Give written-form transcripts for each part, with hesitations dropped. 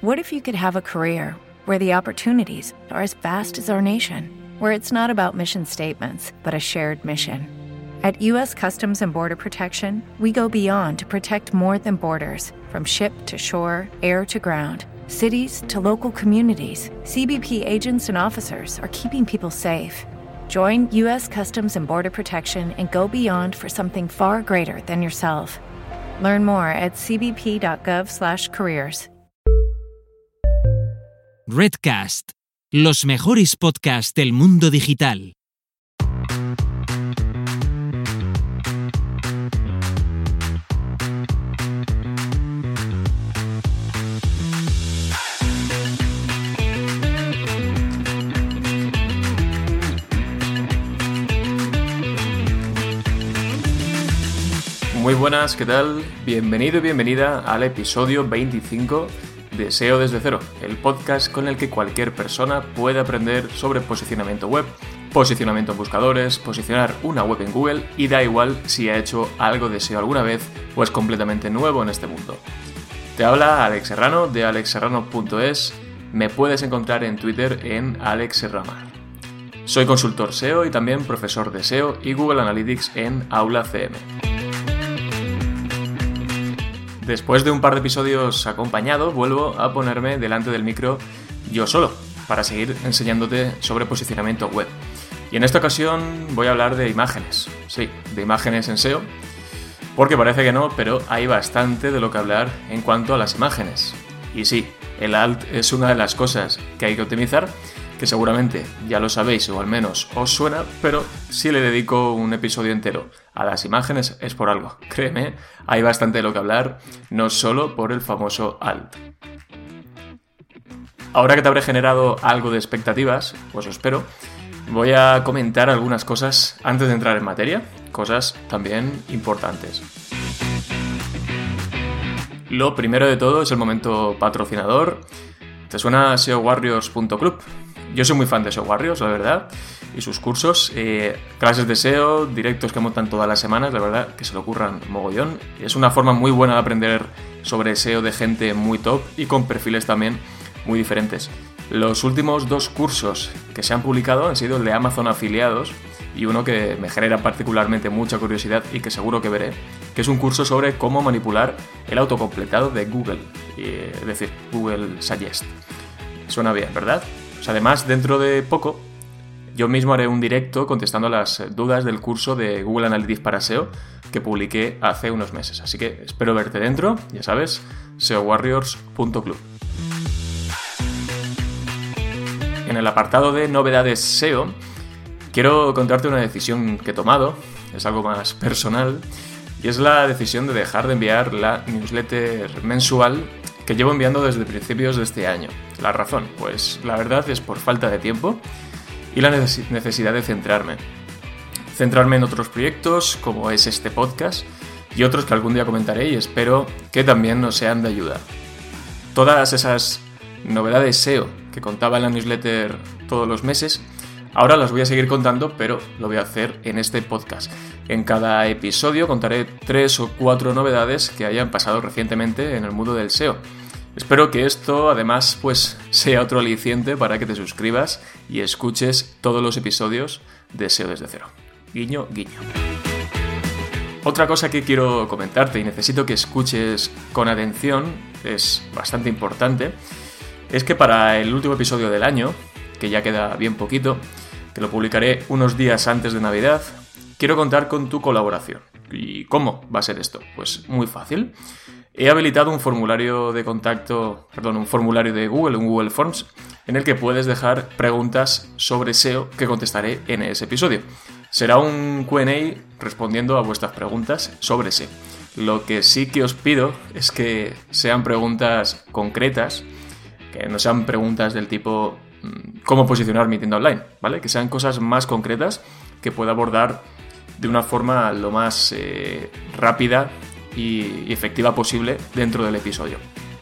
What if you could have a career where the opportunities are as vast as our nation, where it's not about mission statements, but a shared mission? At U.S. Customs and Border Protection, we go beyond to protect more than borders. From ship to shore, air to ground, cities to local communities, CBP agents and officers are keeping people safe. Join U.S. Customs and Border Protection and go beyond for something far greater than yourself. Learn more at cbp.gov/careers. Redcast, los mejores podcasts del mundo digital. Muy buenas, ¿qué tal? Bienvenido y bienvenida al episodio 25 de SEO desde cero, el podcast con el que cualquier persona puede aprender sobre posicionamiento web, posicionamiento en buscadores, posicionar una web en Google y da igual si ha hecho algo de SEO alguna vez o es completamente nuevo en este mundo. Te habla Alex Serrano de alexserrano.es, me puedes encontrar en Twitter en alexserramar. Soy consultor SEO y también profesor de SEO y Google Analytics en Aula CM. Después de un par de episodios acompañado, vuelvo a ponerme delante del micro yo solo, para seguir enseñándote sobre posicionamiento web. Y en esta ocasión voy a hablar de imágenes, sí, de imágenes en SEO, porque parece que no, pero hay bastante de lo que hablar en cuanto a las imágenes. Y sí, el alt es una de las cosas que hay que optimizar, que seguramente ya lo sabéis o al menos os suena, pero si le dedico un episodio entero a las imágenes es por algo. Créeme, hay bastante de lo que hablar, no solo por el famoso alt. Ahora que te habré generado algo de expectativas, pues espero, voy a comentar algunas cosas antes de entrar en materia, cosas también importantes. Lo primero de todo es el momento patrocinador. ¿Te suena SEOwarriors.club? Yo soy muy fan de SEO Warriors, la verdad, y sus cursos, clases de SEO, directos que montan todas las semanas, la verdad que se lo curran mogollón. Es una forma muy buena de aprender sobre SEO de gente muy top y con perfiles también muy diferentes. Los últimos dos cursos que se han publicado han sido el de Amazon Afiliados y uno que me genera particularmente mucha curiosidad y que seguro que veré, que es un curso sobre cómo manipular el autocompletado de Google, es decir, Google Suggest. Suena bien, ¿verdad? Además, dentro de poco, yo mismo haré un directo contestando a las dudas del curso de Google Analytics para SEO que publiqué hace unos meses. Así que espero verte dentro, ya sabes, SEOwarriors.club. En el apartado de novedades SEO, quiero contarte una decisión que he tomado, es algo más personal, y es la decisión de dejar de enviar la newsletter mensual que llevo enviando desde principios de este año. La razón, pues la verdad es por falta de tiempo y la necesidad de centrarme en otros proyectos como es este podcast y otros que algún día comentaré y espero que también nos sean de ayuda. Todas esas novedades SEO que contaba en la newsletter todos los meses, ahora las voy a seguir contando, pero lo voy a hacer en este podcast. En cada episodio contaré 3 o 4 novedades que hayan pasado recientemente en el mundo del SEO. Espero que esto, además, pues sea otro aliciente para que te suscribas y escuches todos los episodios de SEO desde cero. Guiño, guiño. Otra cosa que quiero comentarte y necesito que escuches con atención, es bastante importante, es que para el último episodio del año, que ya queda bien poquito, que lo publicaré unos días antes de Navidad, quiero contar con tu colaboración. ¿Y cómo va a ser esto? Pues muy fácil. He habilitado un formulario de Google, un Google Forms, en el que puedes dejar preguntas sobre SEO que contestaré en ese episodio. Será un Q&A respondiendo a vuestras preguntas sobre SEO. Lo que sí que os pido es que sean preguntas concretas, que no sean preguntas del tipo cómo posicionar mi tienda online, ¿vale? Que sean cosas más concretas que pueda abordar de una forma lo más rápida y efectiva posible dentro del episodio.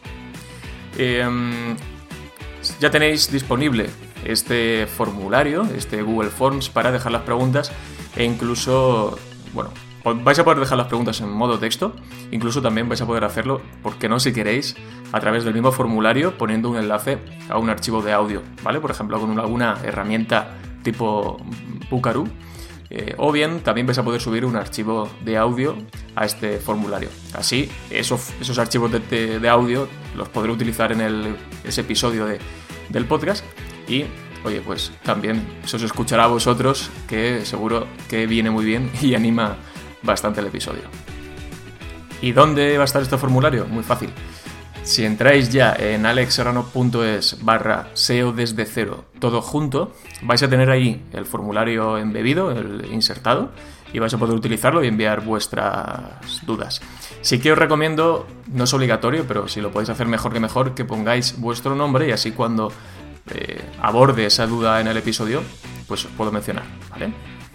Ya tenéis disponible este formulario, este Google Forms para dejar las preguntas e incluso, vais a poder dejar las preguntas en modo texto, incluso también vais a poder hacerlo, ¿por qué no?, si queréis, a través del mismo formulario, poniendo un enlace a un archivo de audio, ¿vale? Por ejemplo, con alguna herramienta tipo Buckaroo, o bien también vais a poder subir un archivo de audio a este formulario. Así, esos archivos de audio los podré utilizar en ese episodio del podcast y, oye, pues también se os escuchará a vosotros, que seguro que viene muy bien y anima bastante el episodio. ¿Y dónde va a estar este formulario? Muy fácil. Si entráis ya en alexserrano.es/SEO desde cero, todo junto, vais a tener ahí el formulario embebido, el insertado, y vais a poder utilizarlo y enviar vuestras dudas. Sí que os recomiendo, no es obligatorio, pero si lo podéis hacer mejor, que pongáis vuestro nombre y así cuando aborde esa duda en el episodio, pues os puedo mencionar, ¿vale?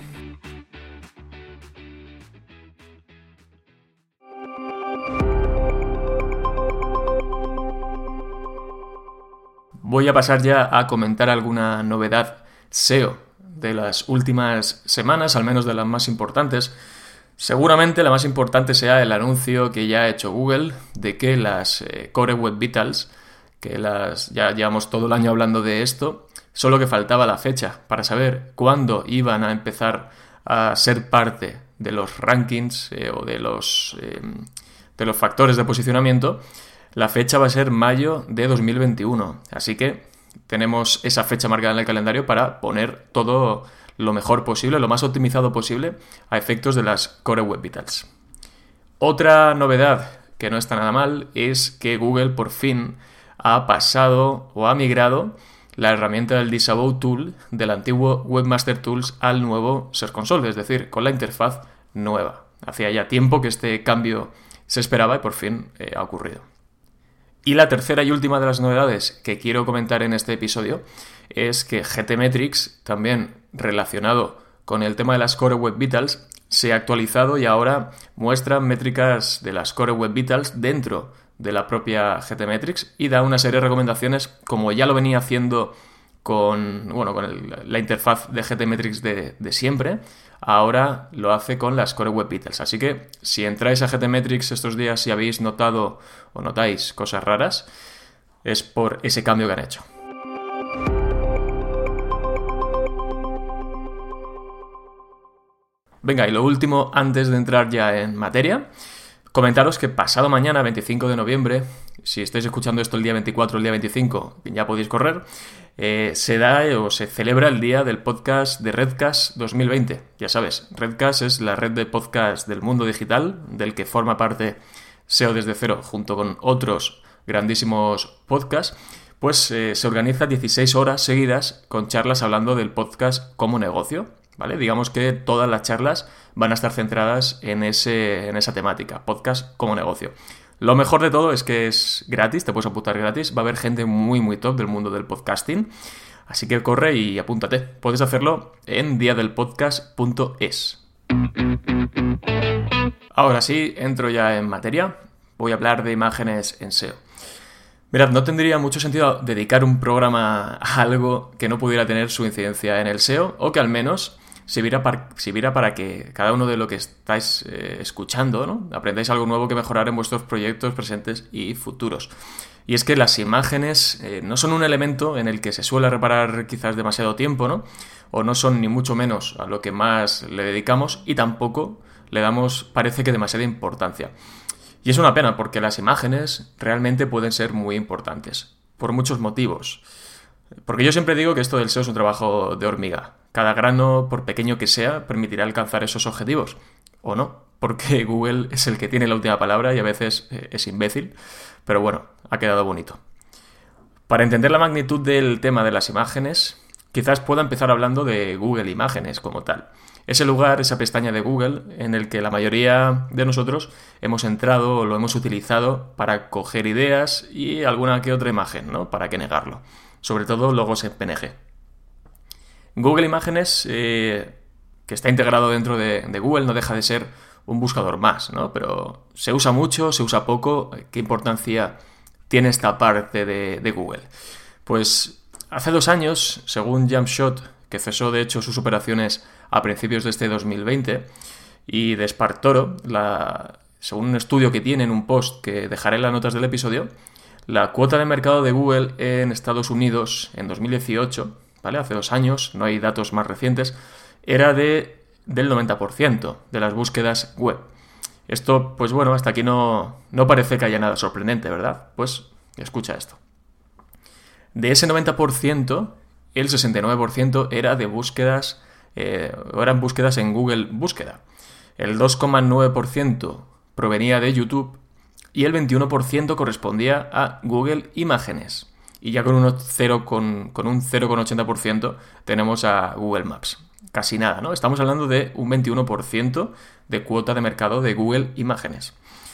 Voy a pasar ya a comentar alguna novedad SEO de las últimas semanas, al menos de las más importantes. Seguramente la más importante sea el anuncio que ya ha hecho Google de que las Core Web Vitals, que ya llevamos todo el año hablando de esto, solo que faltaba la fecha para saber cuándo iban a empezar a ser parte de los rankings o de los factores de posicionamiento. La fecha va a ser mayo de 2021, así que tenemos esa fecha marcada en el calendario para poner todo lo mejor posible, lo más optimizado posible a efectos de las Core Web Vitals. Otra novedad que no está nada mal es que Google por fin ha pasado o ha migrado la herramienta del Disavow Tool del antiguo Webmaster Tools al nuevo Search Console, es decir, con la interfaz nueva. Hacía ya tiempo que este cambio se esperaba y por fin ha ocurrido. Y la tercera y última de las novedades que quiero comentar en este episodio es que GTmetrix, también relacionado con el tema de las Core Web Vitals, se ha actualizado y ahora muestra métricas de las Core Web Vitals dentro de la propia GTmetrix y da una serie de recomendaciones, como ya lo venía haciendo con la interfaz de GTmetrix de siempre. Ahora lo hace con las Core Web Vitals. Así que si entráis a GTmetrix estos días y habéis notado o notáis cosas raras, es por ese cambio que han hecho. Venga, y lo último, antes de entrar ya en materia, comentaros que pasado mañana, 25 de noviembre, si estáis escuchando esto el día 24 o el día 25, ya podéis correr, se celebra el día del podcast de Redcast 2020. Ya sabes, Redcast es la red de podcast del mundo digital, del que forma parte SEO desde cero, junto con otros grandísimos podcasts. Pues se organiza 16 horas seguidas con charlas hablando del podcast como negocio, ¿vale? Digamos que todas las charlas van a estar centradas en esa temática, podcast como negocio. Lo mejor de todo es que es gratis, te puedes apuntar gratis, va a haber gente muy muy top del mundo del podcasting, así que corre y apúntate. Puedes hacerlo en diadelpodcast.es. Ahora sí, entro ya en materia, voy a hablar de imágenes en SEO. Mirad, no tendría mucho sentido dedicar un programa a algo que no pudiera tener su incidencia en el SEO, o que al menos sirviera para que cada uno de lo que estáis escuchando, ¿no?, aprendáis algo nuevo que mejorar en vuestros proyectos presentes y futuros. Y es que las imágenes no son un elemento en el que se suele reparar quizás demasiado tiempo, ¿no? O no son ni mucho menos a lo que más le dedicamos y tampoco le damos, parece que, demasiada importancia. Y es una pena porque las imágenes realmente pueden ser muy importantes, por muchos motivos. Porque yo siempre digo que esto del SEO es un trabajo de hormiga. Cada grano, por pequeño que sea, permitirá alcanzar esos objetivos. O no, porque Google es el que tiene la última palabra y a veces es imbécil. Pero bueno, ha quedado bonito. Para entender la magnitud del tema de las imágenes, quizás pueda empezar hablando de Google Imágenes como tal. Ese lugar, esa pestaña de Google en el que la mayoría de nosotros hemos entrado o lo hemos utilizado para coger ideas y alguna que otra imagen, ¿no? ¿Para qué negarlo? Sobre todo logos en PNG. Google Imágenes, que está integrado dentro de Google, no deja de ser un buscador más, ¿no? Pero se usa mucho, se usa poco. ¿Qué importancia tiene esta parte de Google? Pues hace 2 años, según Jumpshot, que cesó de hecho sus operaciones a principios de este 2020, y de Sparktoro, según un estudio que tiene en un post que dejaré en las notas del episodio, la cuota de mercado de Google en Estados Unidos en 2018, ¿vale? Hace 2 años, no hay datos más recientes, era del 90% de las búsquedas web. Esto, pues bueno, hasta aquí no parece que haya nada sorprendente, ¿verdad? Pues escucha esto. De ese 90%, el 69% era de búsquedas, eran búsquedas en Google Búsqueda. El 2,9% provenía de YouTube y el 21% correspondía a Google Imágenes. Y ya con un 0,80% tenemos a Google Maps. Casi nada, ¿no? Estamos hablando de un 21% de cuota de mercado de Google Imágenes.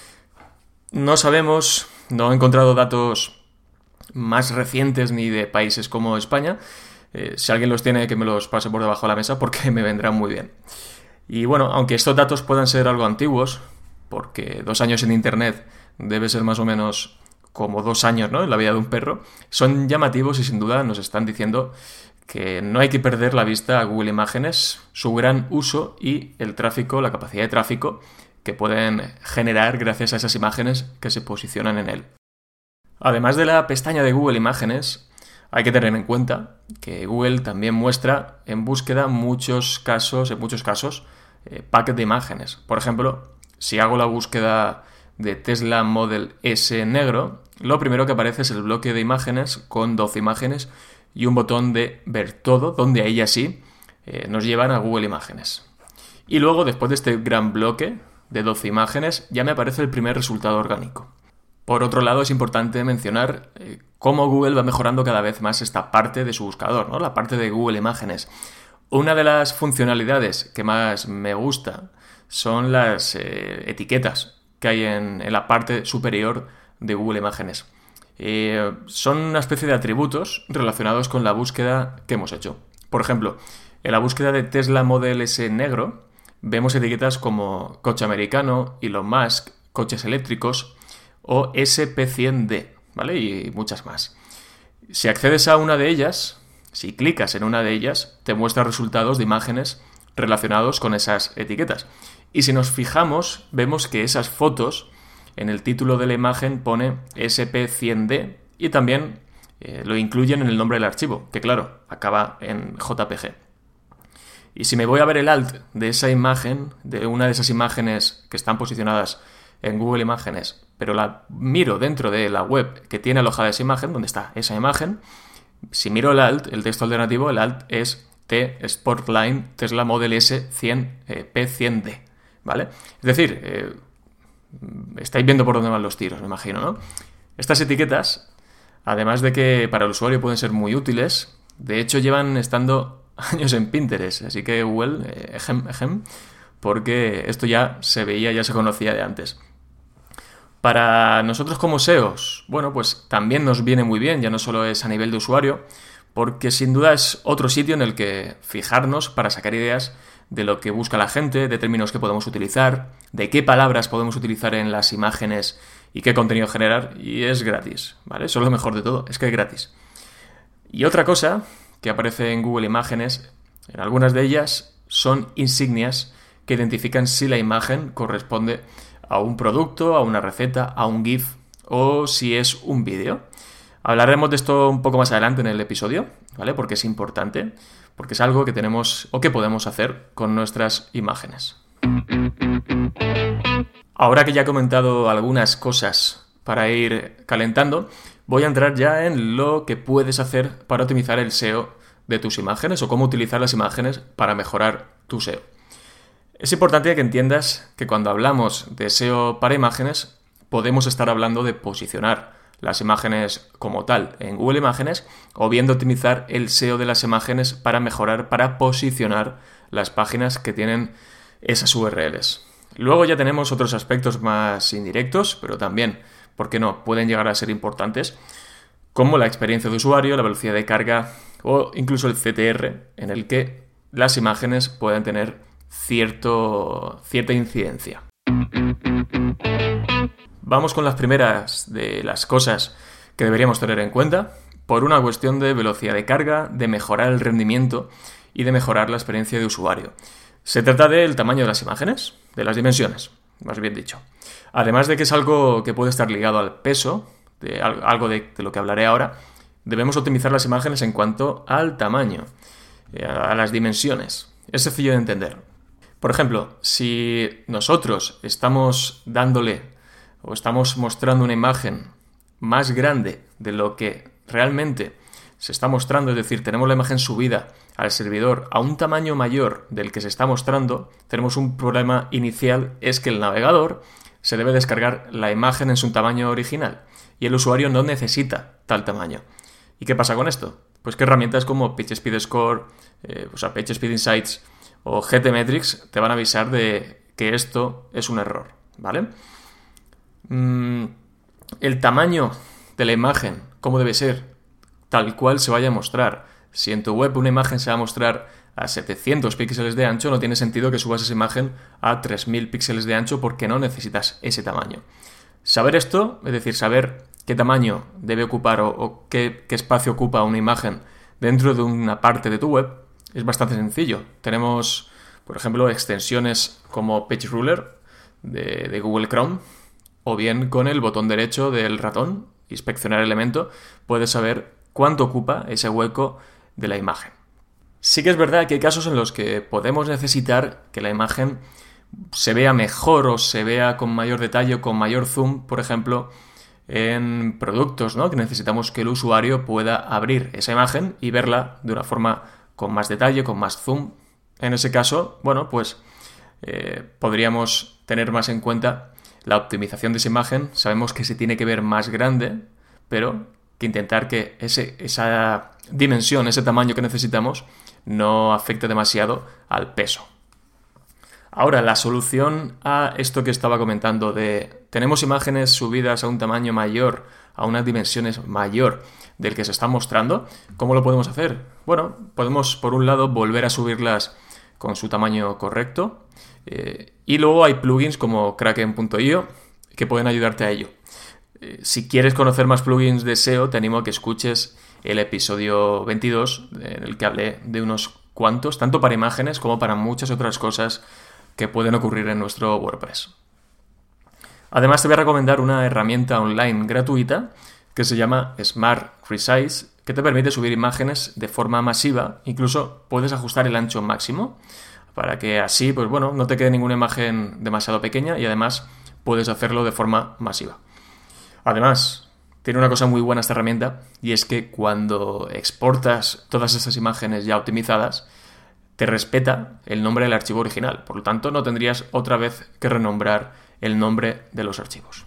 No sabemos, no he encontrado datos más recientes ni de países como España. Si alguien los tiene, que me los pase por debajo de la mesa porque me vendrán muy bien. Y bueno, aunque estos datos puedan ser algo antiguos, porque 2 años en Internet debe ser más o menos como 2 años, ¿no?, en la vida de un perro, son llamativos y sin duda nos están diciendo que no hay que perder la vista a Google Imágenes, su gran uso y el tráfico, la capacidad de tráfico que pueden generar gracias a esas imágenes que se posicionan en él. Además de la pestaña de Google Imágenes, hay que tener en cuenta que Google también muestra en búsqueda en muchos casos, pack de imágenes. Por ejemplo, si hago la búsqueda de Tesla Model S negro, lo primero que aparece es el bloque de imágenes con 12 imágenes y un botón de ver todo, donde ahí ya sí nos llevan a Google Imágenes. Y luego, después de este gran bloque de 12 imágenes, ya me aparece el primer resultado orgánico. Por otro lado, es importante mencionar cómo Google va mejorando cada vez más esta parte de su buscador, ¿no?, la parte de Google Imágenes. Una de las funcionalidades que más me gusta son las etiquetas que hay en la parte superior de Google Imágenes. Son una especie de atributos relacionados con la búsqueda que hemos hecho. Por ejemplo, en la búsqueda de Tesla Model S negro vemos etiquetas como coche americano, Elon Musk, coches eléctricos o SP100D, ¿vale? Y muchas más. Si accedes a una de ellas, si clicas en una de ellas, te muestra resultados de imágenes relacionados con esas etiquetas. Y si nos fijamos, vemos que esas fotos, en el título de la imagen pone SP100D y también lo incluyen en el nombre del archivo, que claro, acaba en JPG. Y si me voy a ver el alt de esa imagen, de una de esas imágenes que están posicionadas en Google Imágenes, pero la miro dentro de la web que tiene alojada esa imagen, donde está esa imagen, si miro el alt, el texto alternativo, el alt es T Sportline Tesla Model S 100 P100D, ¿vale? Es decir, estáis viendo por dónde van los tiros, me imagino, ¿no? Estas etiquetas, además de que para el usuario pueden ser muy útiles, de hecho llevan estando años en Pinterest, así que Google, porque esto ya se veía, ya se conocía de antes. Para nosotros como SEOs, bueno, pues también nos viene muy bien, ya no solo es a nivel de usuario, porque sin duda es otro sitio en el que fijarnos para sacar ideas de lo que busca la gente, de términos que podemos utilizar, de qué palabras podemos utilizar en las imágenes y qué contenido generar, y es gratis, ¿vale? Eso es lo mejor de todo, es que es gratis. Y otra cosa que aparece en Google Imágenes, en algunas de ellas, son insignias que identifican si la imagen corresponde a un producto, a una receta, a un GIF o si es un vídeo. Hablaremos de esto un poco más adelante en el episodio, ¿vale? Porque es importante, porque es algo que tenemos o que podemos hacer con nuestras imágenes. Ahora que ya he comentado algunas cosas para ir calentando, voy a entrar ya en lo que puedes hacer para optimizar el SEO de tus imágenes o cómo utilizar las imágenes para mejorar tu SEO. Es importante que entiendas que cuando hablamos de SEO para imágenes, podemos estar hablando de posicionar las imágenes como tal en Google Imágenes o bien de optimizar el SEO de las imágenes para mejorar, para posicionar las páginas que tienen esas URLs. Luego ya tenemos otros aspectos más indirectos, pero también, ¿por qué no?, pueden llegar a ser importantes, como la experiencia de usuario, la velocidad de carga o incluso el CTR, en el que las imágenes pueden tener cierta incidencia. Vamos con las primeras de las cosas que deberíamos tener en cuenta, por una cuestión de velocidad de carga, de mejorar el rendimiento y de mejorar la experiencia de usuario. Se trata del tamaño de las imágenes, de las dimensiones, más bien dicho. Además de que es algo que puede estar ligado al peso, algo de lo que hablaré ahora, debemos optimizar las imágenes en cuanto al tamaño, a las dimensiones. Es sencillo de entender. Por ejemplo, si nosotros estamos dándole o estamos mostrando una imagen más grande de lo que realmente se está mostrando, es decir, tenemos la imagen subida al servidor a un tamaño mayor del que se está mostrando, tenemos un problema inicial, es que el navegador se debe descargar la imagen en su tamaño original y el usuario no necesita tal tamaño. ¿Y qué pasa con esto? Pues que herramientas como PageSpeed Score, PageSpeed Insights o GTmetrix te van a avisar de que esto es un error, ¿vale? El tamaño de la imagen, ¿cómo debe ser? Tal cual se vaya a mostrar. Si en tu web una imagen se va a mostrar a 700 píxeles de ancho, no tiene sentido que subas esa imagen a 3000 píxeles de ancho porque no necesitas ese tamaño. Saber esto, es decir, saber qué tamaño debe ocupar o qué espacio ocupa una imagen dentro de una parte de tu web, es bastante sencillo. Tenemos, por ejemplo, extensiones como PageRuler de Google Chrome, o bien con el botón derecho del ratón, inspeccionar elemento, puedes saber cuánto ocupa ese hueco de la imagen. Sí que es verdad que hay casos en los que podemos necesitar que la imagen se vea mejor o se vea con mayor detalle o con mayor zoom, por ejemplo, en productos, ¿no? Que necesitamos que el usuario pueda abrir esa imagen y verla de una forma con más detalle, con más zoom. En ese caso, bueno, pues podríamos tener más en cuenta la optimización de esa imagen. Sabemos que se tiene que ver más grande, pero que intentar que esa dimensión, ese tamaño que necesitamos, no afecte demasiado al peso. Ahora, la solución a esto que estaba comentando de tenemos imágenes subidas a un tamaño mayor, a unas dimensiones mayor del que se está mostrando, ¿cómo lo podemos hacer? Bueno, podemos por un lado volver a subirlas con su tamaño correcto y luego hay plugins como Kraken.io que pueden ayudarte a ello. Si quieres conocer más plugins de SEO, te animo a que escuches el episodio 22 en el que hablé de unos cuantos, tanto para imágenes como para muchas otras cosas que pueden ocurrir en nuestro WordPress. Además, te voy a recomendar una herramienta online gratuita que se llama Smart Resize, que te permite subir imágenes de forma masiva. Incluso puedes ajustar el ancho máximo para que así, pues bueno, no te quede ninguna imagen demasiado pequeña y además puedes hacerlo de forma masiva. Además, tiene una cosa muy buena esta herramienta y es que cuando exportas todas esas imágenes ya optimizadas, te respeta el nombre del archivo original. Por lo tanto, no tendrías otra vez que renombrar el nombre de los archivos.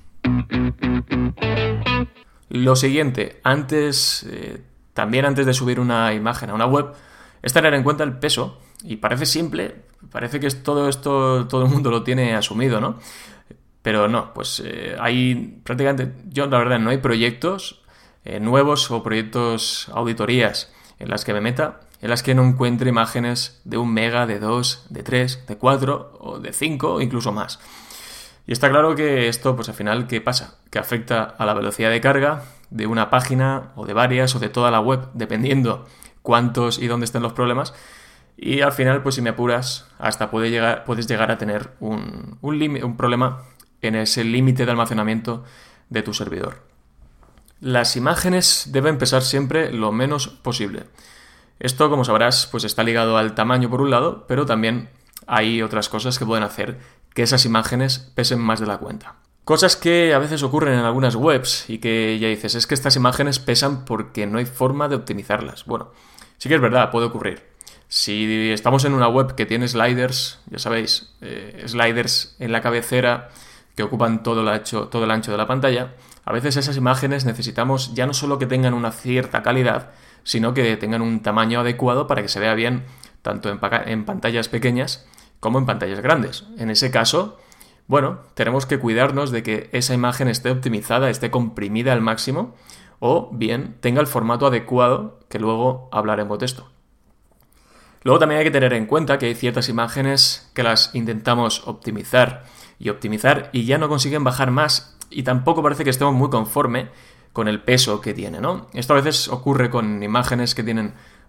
Lo siguiente, también antes de subir una imagen a una web, es tener en cuenta el peso. Y parece simple, parece que todo esto todo el mundo lo tiene asumido, ¿no? Pero no, pues hay prácticamente, yo la verdad no hay proyectos nuevos o proyectos, auditorías en las que me meta, en las que no encuentre imágenes de 1 mega, de 2, de 3, de 4 o de 5 o incluso más. Y está claro que esto, pues al final, ¿qué pasa? Que afecta a la velocidad de carga de una página o de varias o de toda la web, dependiendo cuántos y dónde estén los problemas. Y al final, pues si me apuras, hasta puedes llegar a tener un problema en ese límite de almacenamiento de tu servidor. Las imágenes deben pesar siempre lo menos posible. Esto, como sabrás, pues está ligado al tamaño por un lado, pero también hay otras cosas que pueden hacer que esas imágenes pesen más de la cuenta. Cosas que a veces ocurren en algunas webs y que ya dices, es que estas imágenes pesan porque no hay forma de optimizarlas. Bueno, sí que es verdad, puede ocurrir. Si estamos en una web que tiene sliders, ya sabéis, sliders en la cabecera que ocupan todo el ancho de la pantalla, a veces esas imágenes necesitamos ya no solo que tengan una cierta calidad, sino que tengan un tamaño adecuado para que se vea bien tanto en pantallas pequeñas como en pantallas grandes. En ese caso, bueno, tenemos que cuidarnos de que esa imagen esté optimizada, esté comprimida al máximo o bien tenga el formato adecuado, que luego hablaremos de esto. Luego también hay que tener en cuenta que hay ciertas imágenes que las intentamos optimizar y ya no consiguen bajar más y tampoco parece que estemos muy conforme con el peso que tiene, ¿no? Esto a veces ocurre con imágenes que tienen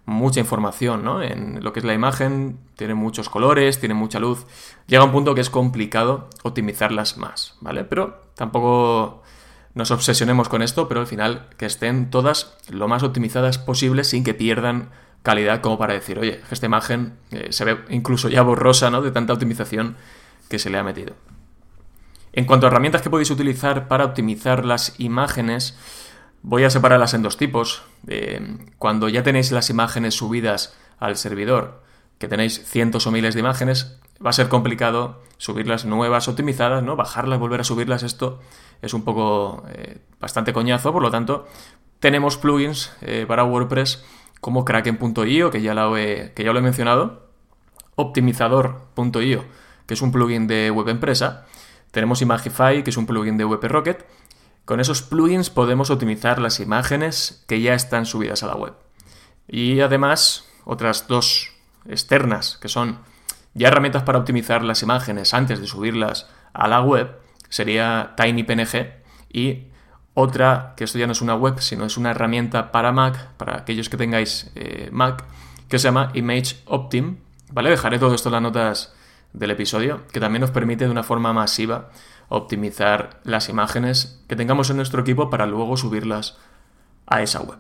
mucha información, ¿no? En lo que es la imagen, tiene muchos colores, tiene mucha luz. Llega un punto que es complicado optimizarlas más, ¿vale? Pero tampoco nos obsesionemos con esto, pero al final que estén todas lo más optimizadas posible sin que pierdan calidad, como para decir, oye, esta imagen se ve incluso ya borrosa, ¿no? De tanta optimización que se le ha metido. En cuanto a herramientas que podéis utilizar para optimizar las imágenes, voy a separarlas en dos tipos. Cuando ya tenéis las imágenes subidas al servidor, que tenéis cientos o miles de imágenes, va a ser complicado subirlas nuevas optimizadas, ¿no? Bajarlas, volver a subirlas, esto es un poco bastante coñazo. Por lo tanto, tenemos plugins para WordPress como Kraken.io, que ya lo he mencionado, Optimizador.io, que es un plugin de Web Empresa. Tenemos Imagify, que es un plugin de WP Rocket. Con esos plugins podemos optimizar las imágenes que ya están subidas a la web. Y además, otras dos externas, que son ya herramientas para optimizar las imágenes antes de subirlas a la web, sería TinyPNG, y otra, que esto ya no es una web, sino es una herramienta para Mac, para aquellos que tengáis Mac, que se llama ImageOptim, ¿vale? Dejaré todo esto en las notas del episodio, que también nos permite de una forma masiva optimizar las imágenes que tengamos en nuestro equipo para luego subirlas a esa web.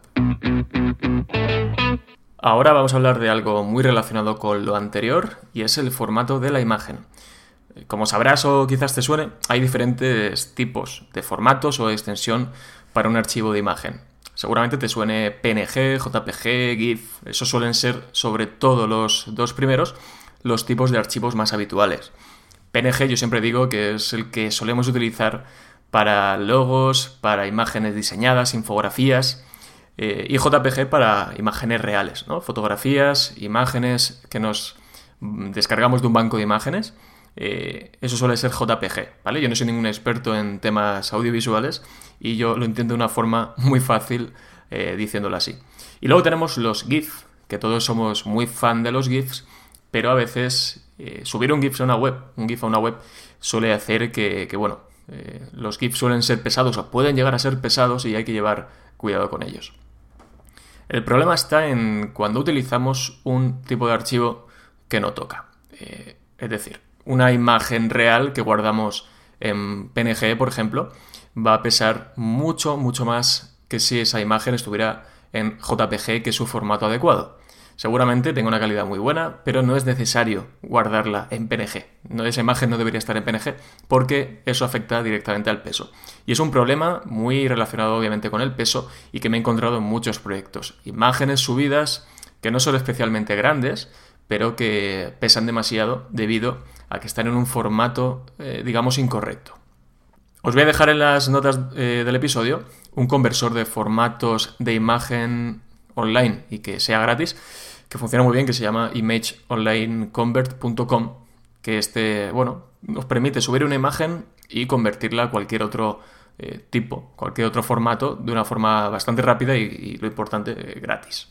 Ahora vamos a hablar de algo muy relacionado con lo anterior, y es el formato de la imagen. Como sabrás o quizás te suene, hay diferentes tipos de formatos o de extensión para un archivo de imagen. Seguramente te suene PNG, JPG, GIF. Esos suelen ser, sobre todo los dos primeros, los tipos de archivos más habituales. PNG yo siempre digo que es el que solemos utilizar para logos, para imágenes diseñadas, infografías, y JPG para imágenes reales, ¿no? Fotografías, imágenes que nos descargamos de un banco de imágenes. Eso suele ser JPG, ¿vale? Yo no soy ningún experto en temas audiovisuales y yo lo entiendo de una forma muy fácil diciéndolo así. Y luego tenemos los GIF, que todos somos muy fan de los GIFs, pero a veces subir un GIF a una web suele hacer que los GIFs suelen ser pesados o pueden llegar a ser pesados y hay que llevar cuidado con ellos. El problema está en cuando utilizamos un tipo de archivo que no toca. Es decir, una imagen real que guardamos en PNG, por ejemplo, va a pesar mucho, mucho más que si esa imagen estuviera en JPG, que es su formato adecuado. Seguramente tenga una calidad muy buena, pero no es necesario guardarla en PNG. Esa imagen no debería estar en PNG porque eso afecta directamente al peso. Y es un problema muy relacionado obviamente con el peso y que me he encontrado en muchos proyectos. Imágenes subidas que no son especialmente grandes, pero que pesan demasiado debido a que están en un formato, digamos, incorrecto. Os voy a dejar en las notas del episodio un conversor de formatos de imagen online y que sea gratis, que funciona muy bien, que se llama imageonlineconvert.com, que nos permite subir una imagen y convertirla a cualquier otro cualquier otro formato de una forma bastante rápida y lo importante, gratis.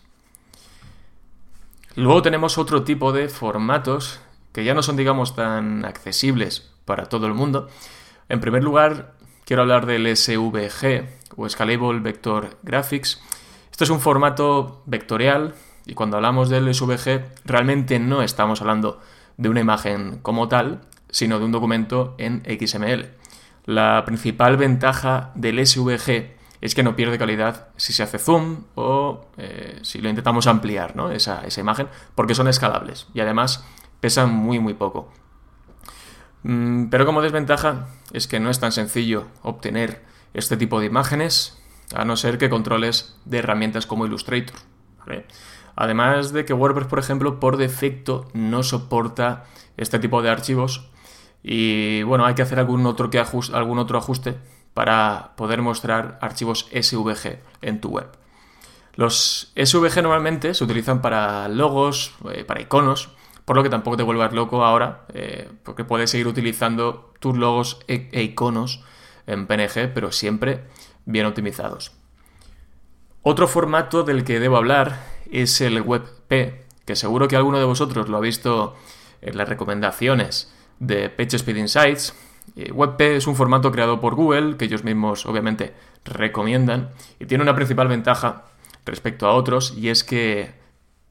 Luego tenemos otro tipo de formatos que ya no son, digamos, tan accesibles para todo el mundo. En primer lugar, quiero hablar del SVG o Scalable Vector Graphics. Esto es un formato vectorial y cuando hablamos del SVG realmente no estamos hablando de una imagen como tal, sino de un documento en XML. La principal ventaja del SVG es que no pierde calidad si se hace zoom o si lo intentamos ampliar, ¿no? esa imagen, porque son escalables y además pesan muy muy poco. Pero como desventaja es que no es tan sencillo obtener este tipo de imágenes a no ser que controles de herramientas como Illustrator, ¿vale? Además de que WordPress, por ejemplo, por defecto no soporta este tipo de archivos y hay que hacer algún otro ajuste para poder mostrar archivos SVG en tu web. Los SVG normalmente se utilizan para logos, para iconos, por lo que tampoco te vuelvas loco ahora, porque puedes seguir utilizando tus logos e iconos en PNG, pero siempre bien optimizados. Otro formato del que debo hablar es el WebP, que seguro que alguno de vosotros lo ha visto en las recomendaciones de PageSpeed Insights. WebP es un formato creado por Google, que ellos mismos obviamente recomiendan, y tiene una principal ventaja respecto a otros, y es que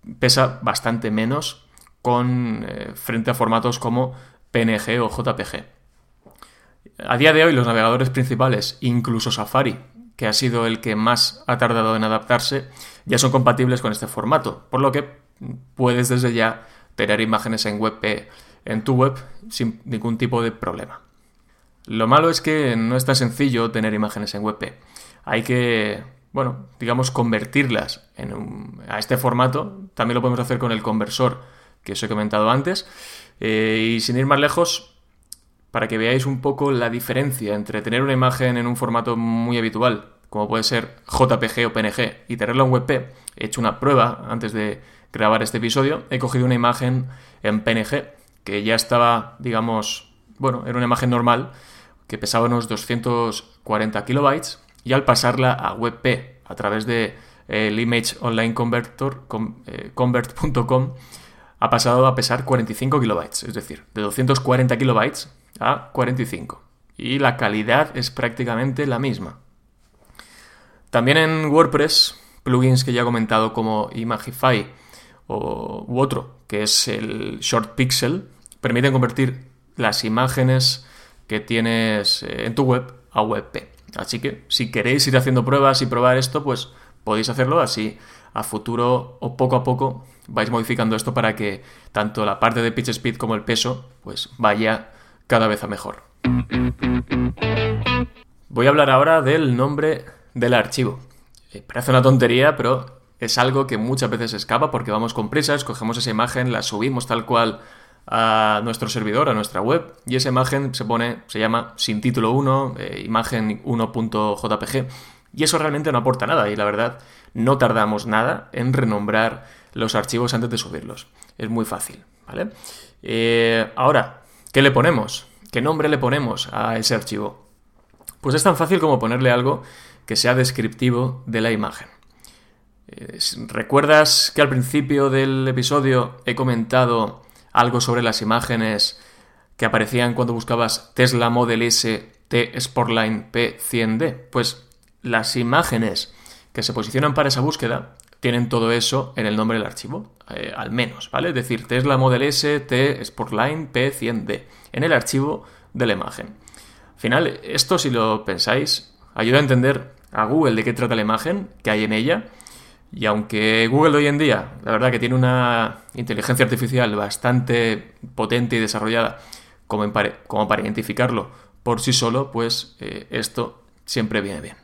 pesa bastante menos frente a formatos como PNG o JPG. A día de hoy los navegadores principales, incluso Safari, que ha sido el que más ha tardado en adaptarse, ya son compatibles con este formato, por lo que puedes desde ya tener imágenes en WebP en tu web sin ningún tipo de problema. Lo malo es que no es tan sencillo tener imágenes en WebP. Hay que, convertirlas a este formato. También lo podemos hacer con el conversor que os he comentado antes. Y sin ir más lejos, para que veáis un poco la diferencia entre tener una imagen en un formato muy habitual, como puede ser JPG o PNG, y tenerla en WebP, he hecho una prueba antes de grabar este episodio. He cogido una imagen en PNG que ya estaba, era una imagen normal, que pesaba unos 240 kilobytes, y al pasarla a WebP a través de el Image Online Converter, convert.com, ha pasado a pesar 45 kilobytes, es decir, de 240 kilobytes a 45. Y la calidad es prácticamente la misma. También en WordPress, plugins que ya he comentado como Imagify u otro, que es el Short Pixel, permiten convertir las imágenes que tienes en tu web a WebP. Así que si queréis ir haciendo pruebas y probar esto, pues podéis hacerlo así. A futuro o poco a poco vais modificando esto para que tanto la parte de pitch speed como el peso pues vaya cada vez a mejor. Voy a hablar ahora del nombre del archivo. Parece una tontería, pero es algo que muchas veces escapa porque vamos con prisa, escogemos esa imagen, la subimos tal cual a nuestro servidor, a nuestra web, y esa imagen se llama sin título 1, imagen 1.jpg, y eso realmente no aporta nada, y la verdad no tardamos nada en renombrar los archivos antes de subirlos. Es muy fácil, ¿vale? Ahora, ¿qué le ponemos? ¿Qué nombre le ponemos a ese archivo? Pues es tan fácil como ponerle algo que sea descriptivo de la imagen. ¿Recuerdas que al principio del episodio he comentado algo sobre las imágenes que aparecían cuando buscabas Tesla Model S T Sportline P100D? Pues las imágenes que se posicionan para esa búsqueda tienen todo eso en el nombre del archivo, al menos, ¿vale? Es decir, Tesla Model S T Sportline P100D en el archivo de la imagen. Al final, esto, si lo pensáis, ayuda a entender a Google de qué trata la imagen que hay en ella. Y aunque Google hoy en día, la verdad que tiene una inteligencia artificial bastante potente y desarrollada como para identificarlo por sí solo, pues esto siempre viene bien.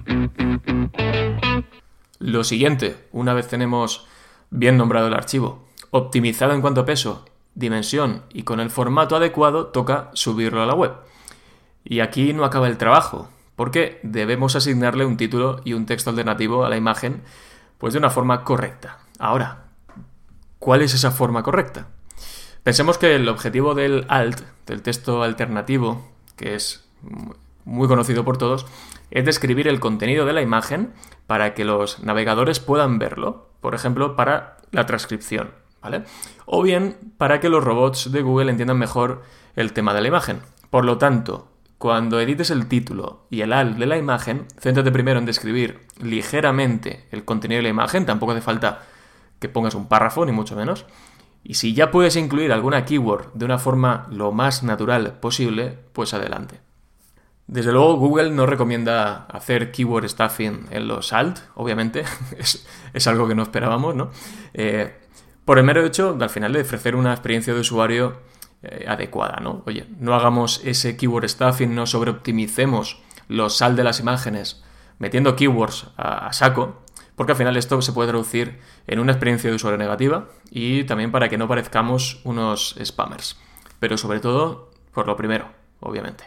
Lo siguiente, una vez tenemos bien nombrado el archivo, optimizado en cuanto a peso, dimensión y con el formato adecuado, toca subirlo a la web. Y aquí no acaba el trabajo, porque debemos asignarle un título y un texto alternativo a la imagen, pues de una forma correcta. Ahora, ¿cuál es esa forma correcta? Pensemos que el objetivo del alt, del texto alternativo, que es muy conocido por todos, es describir el contenido de la imagen para que los navegadores puedan verlo, por ejemplo, para la transcripción, ¿vale? O bien para que los robots de Google entiendan mejor el tema de la imagen. Por lo tanto, cuando edites el título y el alt de la imagen, céntrate primero en describir ligeramente el contenido de la imagen, tampoco hace falta que pongas un párrafo, ni mucho menos. Y si ya puedes incluir alguna keyword de una forma lo más natural posible, pues adelante. Desde luego, Google no recomienda hacer keyword stuffing en los alt, obviamente, es algo que no esperábamos, ¿no? Por el mero hecho, al final, de ofrecer una experiencia de usuario adecuada, ¿no? Oye, no hagamos ese keyword stuffing, no sobreoptimicemos los alt de las imágenes metiendo keywords a saco, porque al final esto se puede traducir en una experiencia de usuario negativa y también para que no parezcamos unos spammers. Pero sobre todo, por lo primero, obviamente.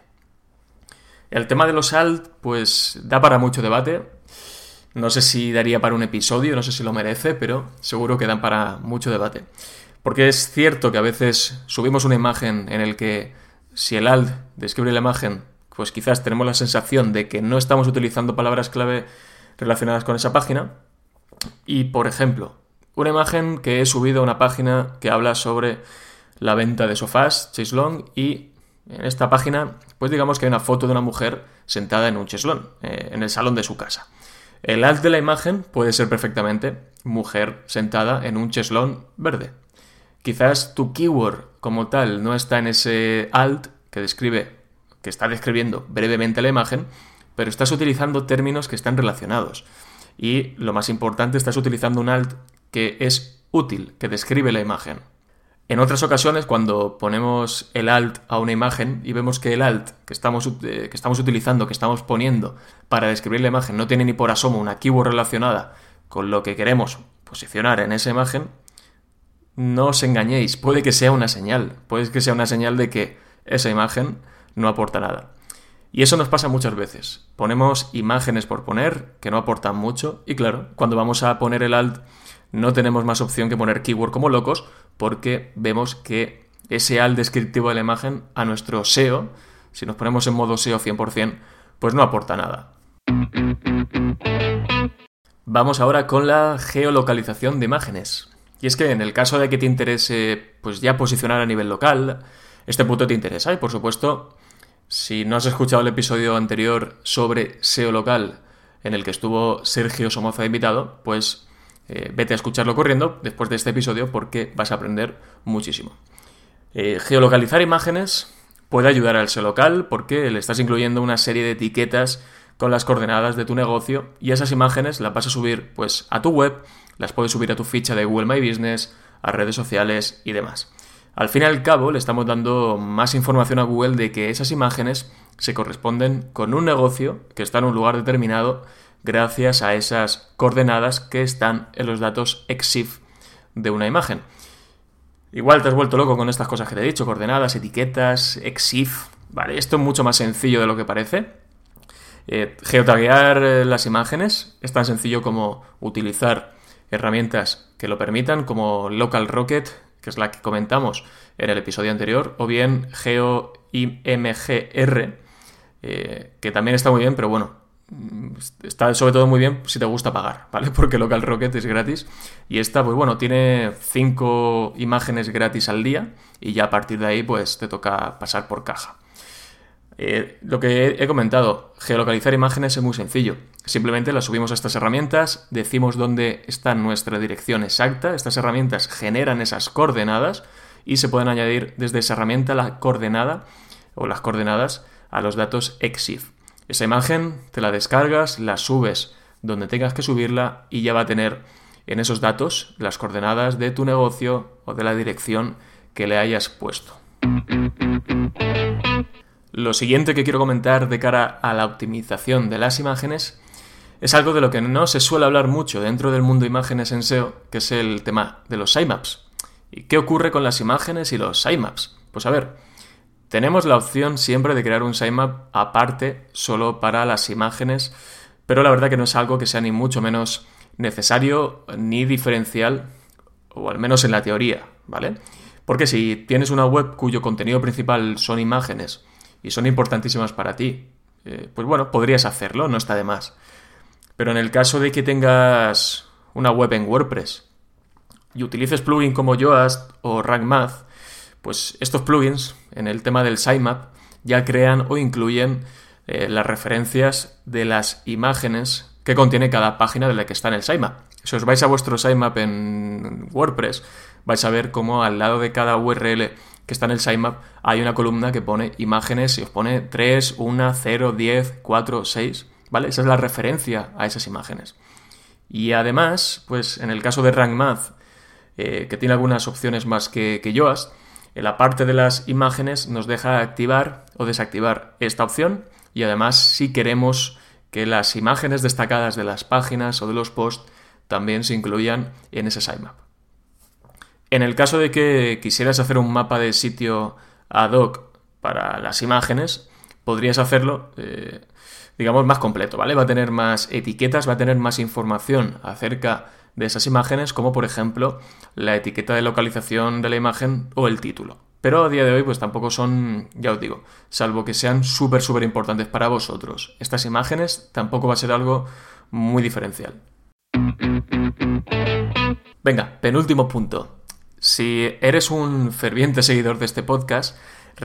El tema de los alt, pues da para mucho debate. No sé si daría para un episodio, no sé si lo merece, pero seguro que dan para mucho debate. Porque es cierto que a veces subimos una imagen en el que si el alt describe la imagen, pues quizás tenemos la sensación de que no estamos utilizando palabras clave relacionadas con esa página. Y, por ejemplo, una imagen que he subido a una página que habla sobre la venta de sofás, Chaiselong, y en esta página, pues digamos que hay una foto de una mujer sentada en un cheslón, en el salón de su casa. El alt de la imagen puede ser perfectamente mujer sentada en un cheslón verde. Quizás tu keyword como tal no está en ese alt que está describiendo brevemente la imagen, pero estás utilizando términos que están relacionados. Y lo más importante, estás utilizando un alt que es útil, que describe la imagen. En otras ocasiones, cuando ponemos el alt a una imagen y vemos que el alt que estamos utilizando, que estamos poniendo para describir la imagen, no tiene ni por asomo una keyword relacionada con lo que queremos posicionar en esa imagen, no os engañéis, puede que sea una señal de que esa imagen no aporta nada. Y eso nos pasa muchas veces. Ponemos imágenes por poner que no aportan mucho y claro, cuando vamos a poner el alt no tenemos más opción que poner keyword como locos porque vemos que ese alt descriptivo de la imagen a nuestro SEO, si nos ponemos en modo SEO 100%, pues no aporta nada. Vamos ahora con la geolocalización de imágenes. Y es que en el caso de que te interese pues ya posicionar a nivel local, este punto te interesa y por supuesto, si no has escuchado el episodio anterior sobre SEO local en el que estuvo Sergio Somoza de invitado, pues vete a escucharlo corriendo después de este episodio porque vas a aprender muchísimo. Geolocalizar imágenes puede ayudar al SEO local porque le estás incluyendo una serie de etiquetas con las coordenadas de tu negocio y esas imágenes las vas a subir pues a tu web, las puedes subir a tu ficha de Google My Business, a redes sociales y demás. Al fin y al cabo le estamos dando más información a Google de que esas imágenes se corresponden con un negocio que está en un lugar determinado gracias a esas coordenadas que están en los datos EXIF de una imagen. Igual te has vuelto loco con estas cosas que te he dicho, coordenadas, etiquetas, EXIF, ¿vale? Esto es mucho más sencillo de lo que parece. Geotaguear las imágenes es tan sencillo como utilizar herramientas que lo permitan, como Local Rocket, que es la que comentamos en el episodio anterior, o bien GeoIMGR, que también está muy bien, pero bueno, está sobre todo muy bien si te gusta pagar, ¿vale? Porque Local Rocket es gratis y esta, pues bueno, tiene 5 imágenes gratis al día y ya a partir de ahí, pues te toca pasar por caja. Lo que he comentado, geolocalizar imágenes es muy sencillo. Simplemente las subimos a estas herramientas, decimos dónde está nuestra dirección exacta, estas herramientas generan esas coordenadas y se pueden añadir desde esa herramienta la coordenada o las coordenadas a los datos EXIF. Esa imagen te la descargas, la subes donde tengas que subirla y ya va a tener en esos datos las coordenadas de tu negocio o de la dirección que le hayas puesto. Lo siguiente que quiero comentar de cara a la optimización de las imágenes es algo de lo que no se suele hablar mucho dentro del mundo de imágenes en SEO, que es el tema de los sitemaps. ¿Y qué ocurre con las imágenes y los sitemaps? Pues a ver, tenemos la opción siempre de crear un sitemap aparte solo para las imágenes, pero la verdad que no es algo que sea ni mucho menos necesario ni diferencial, o al menos en la teoría, ¿vale? Porque si tienes una web cuyo contenido principal son imágenes y son importantísimas para ti, pues bueno, podrías hacerlo, no está de más. Pero en el caso de que tengas una web en WordPress y utilices plugins como Yoast o Rank Math, pues estos plugins, en el tema del sitemap, ya crean o incluyen las referencias de las imágenes que contiene cada página de la que está en el sitemap. Si os vais a vuestro sitemap en WordPress, vais a ver cómo al lado de cada URL que está en el sitemap hay una columna que pone imágenes y os pone 3, 1, 0, 10, 4, 6, ¿vale? Esa es la referencia a esas imágenes. Y además, pues en el caso de Rank Math, que tiene algunas opciones más que Yoast, en la parte de las imágenes nos deja activar o desactivar esta opción y además si queremos que las imágenes destacadas de las páginas o de los posts también se incluyan en ese sitemap. En el caso de que quisieras hacer un mapa de sitio ad hoc para las imágenes, podrías hacerlo, digamos, más completo, ¿vale? Va a tener más etiquetas, va a tener más información acerca de esas imágenes, como por ejemplo la etiqueta de localización de la imagen o el título. Pero a día de hoy pues tampoco son, ya os digo, salvo que sean súper importantes para vosotros. Estas imágenes tampoco va a ser algo muy diferencial. Venga, penúltimo punto. Si eres un ferviente seguidor de este podcast,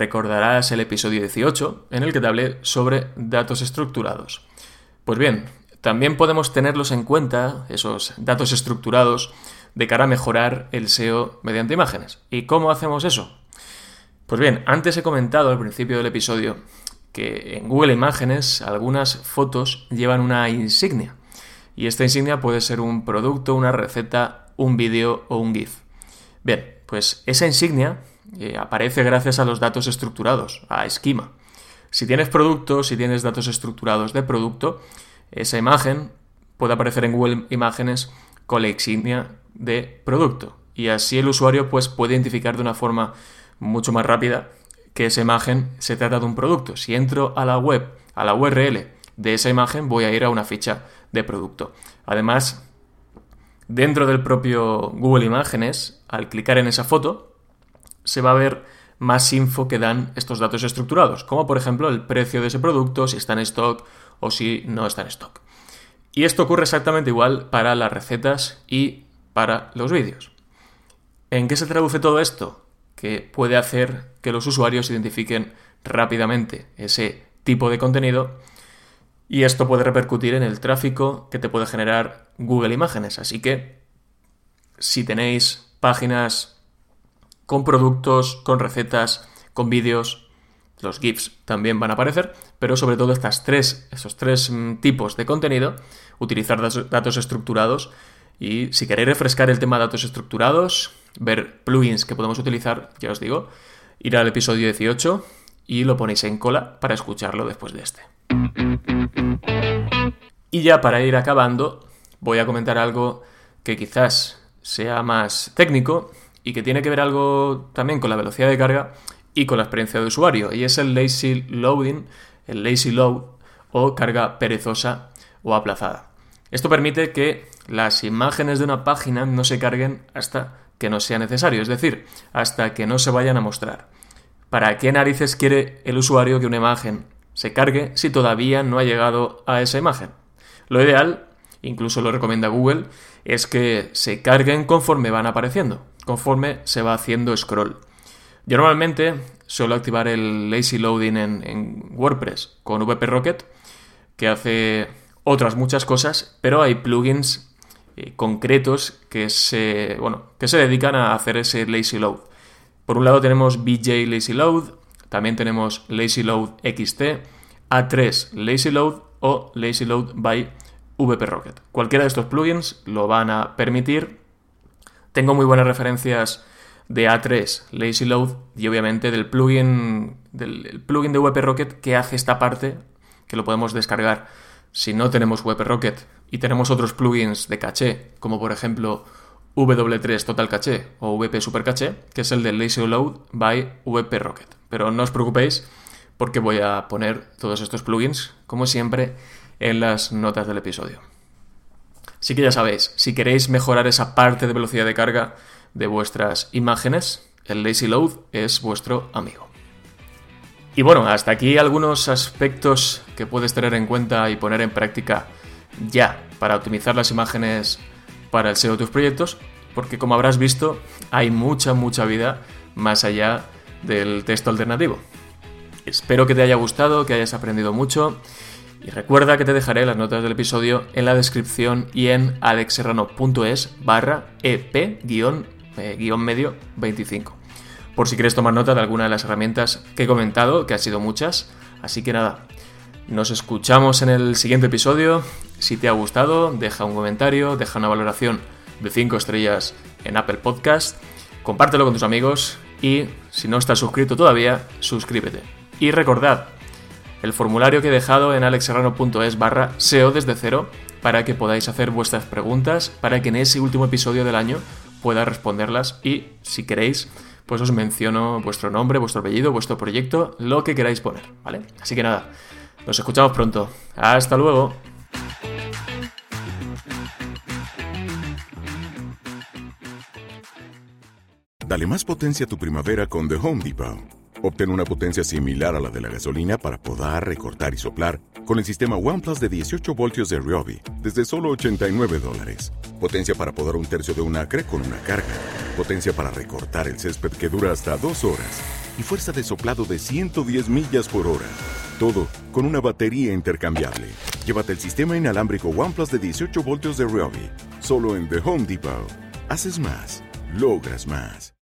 recordarás el episodio 18 en el que te hablé sobre datos estructurados. Pues bien, también podemos tenerlos en cuenta, esos datos estructurados, de cara a mejorar el SEO mediante imágenes. ¿Y cómo hacemos eso? Pues bien, antes he comentado al principio del episodio que en Google Imágenes algunas fotos llevan una insignia. Y esta insignia puede ser un producto, una receta, un vídeo o un GIF. Bien, pues esa insignia aparece gracias a los datos estructurados, a esquema. Si tienes productos, si tienes datos estructurados de producto, esa imagen puede aparecer en Google Imágenes con la insignia de producto. Y así el usuario pues, puede identificar de una forma mucho más rápida que esa imagen se trata de un producto. Si entro a la web, a la URL de esa imagen, voy a ir a una ficha de producto. Además, dentro del propio Google Imágenes, al clicar en esa foto, se va a ver más info que dan estos datos estructurados, como por ejemplo el precio de ese producto, si está en stock o si no está en stock. Y esto ocurre exactamente igual para las recetas y para los vídeos. ¿En qué se traduce todo esto? Que puede hacer que los usuarios identifiquen rápidamente ese tipo de contenido y esto puede repercutir en el tráfico que te puede generar Google Imágenes. Así que si tenéis páginas con productos, con recetas, con vídeos, los GIFs también van a aparecer, pero sobre todo esos tres tipos de contenido, utilizar datos estructurados. Y si queréis refrescar el tema de datos estructurados, ver plugins que podemos utilizar, ya os digo, ir al episodio 18 y lo ponéis en cola para escucharlo después de este. Y ya para ir acabando, voy a comentar algo que quizás sea más técnico y que tiene que ver algo también con la velocidad de carga y con la experiencia de usuario, y es el lazy loading, el lazy load o carga perezosa o aplazada. Esto permite que las imágenes de una página no se carguen hasta que no sea necesario, es decir, hasta que no se vayan a mostrar. ¿Para qué narices quiere el usuario que una imagen se cargue si todavía no ha llegado a esa imagen? Lo ideal, incluso lo recomienda Google, es que se carguen conforme van apareciendo, conforme se va haciendo scroll. Yo normalmente suelo activar el lazy loading en WordPress con WP Rocket, que hace otras muchas cosas, pero hay plugins concretos que se dedican a hacer ese lazy load. Por un lado tenemos BJ Lazy Load, también tenemos Lazy Load XT, A3 Lazy Load o Lazy Load by WP Rocket. Cualquiera de estos plugins lo van a permitir. Tengo muy buenas referencias de A3 Lazy Load y obviamente del plugin de WP Rocket que hace esta parte, que lo podemos descargar si no tenemos WP Rocket y tenemos otros plugins de caché, como por ejemplo W3 Total Caché o WP Super Caché, que es el de Lazy Load by WP Rocket. Pero no os preocupéis porque voy a poner todos estos plugins, como siempre, en las notas del episodio. Así que ya sabéis, si queréis mejorar esa parte de velocidad de carga de vuestras imágenes, el Lazy Load es vuestro amigo. Y bueno, hasta aquí algunos aspectos que puedes tener en cuenta y poner en práctica ya para optimizar las imágenes para el SEO de tus proyectos, porque como habrás visto, hay mucha vida más allá del texto alternativo. Espero que te haya gustado, que hayas aprendido mucho. Y recuerda que te dejaré las notas del episodio en la descripción y en alexserrano.es/ep-25, por si quieres tomar nota de alguna de las herramientas que he comentado, que han sido muchas. Así que nada, nos escuchamos en el siguiente episodio. Si te ha gustado, deja un comentario, deja una valoración de 5 estrellas en Apple Podcast, compártelo con tus amigos y si no estás suscrito todavía, suscríbete. Y recordad, el formulario que he dejado en alexserrano.es/SEO desde cero para que podáis hacer vuestras preguntas, para que en ese último episodio del año pueda responderlas y, si queréis, pues os menciono vuestro nombre, vuestro apellido, vuestro proyecto, lo que queráis poner, ¿vale? Así que nada, nos escuchamos pronto. ¡Hasta luego! Dale más potencia a tu primavera con The Home Depot. Obtén una potencia similar a la de la gasolina para podar, recortar y soplar con el sistema OnePlus de 18 voltios de Ryobi desde solo $89. Potencia para podar un tercio de un acre con una carga. Potencia para recortar el césped que dura hasta 2 horas. Y fuerza de soplado de 110 millas por hora. Todo con una batería intercambiable. Llévate el sistema inalámbrico OnePlus de 18 voltios de Ryobi. Solo en The Home Depot. Haces más, logras más.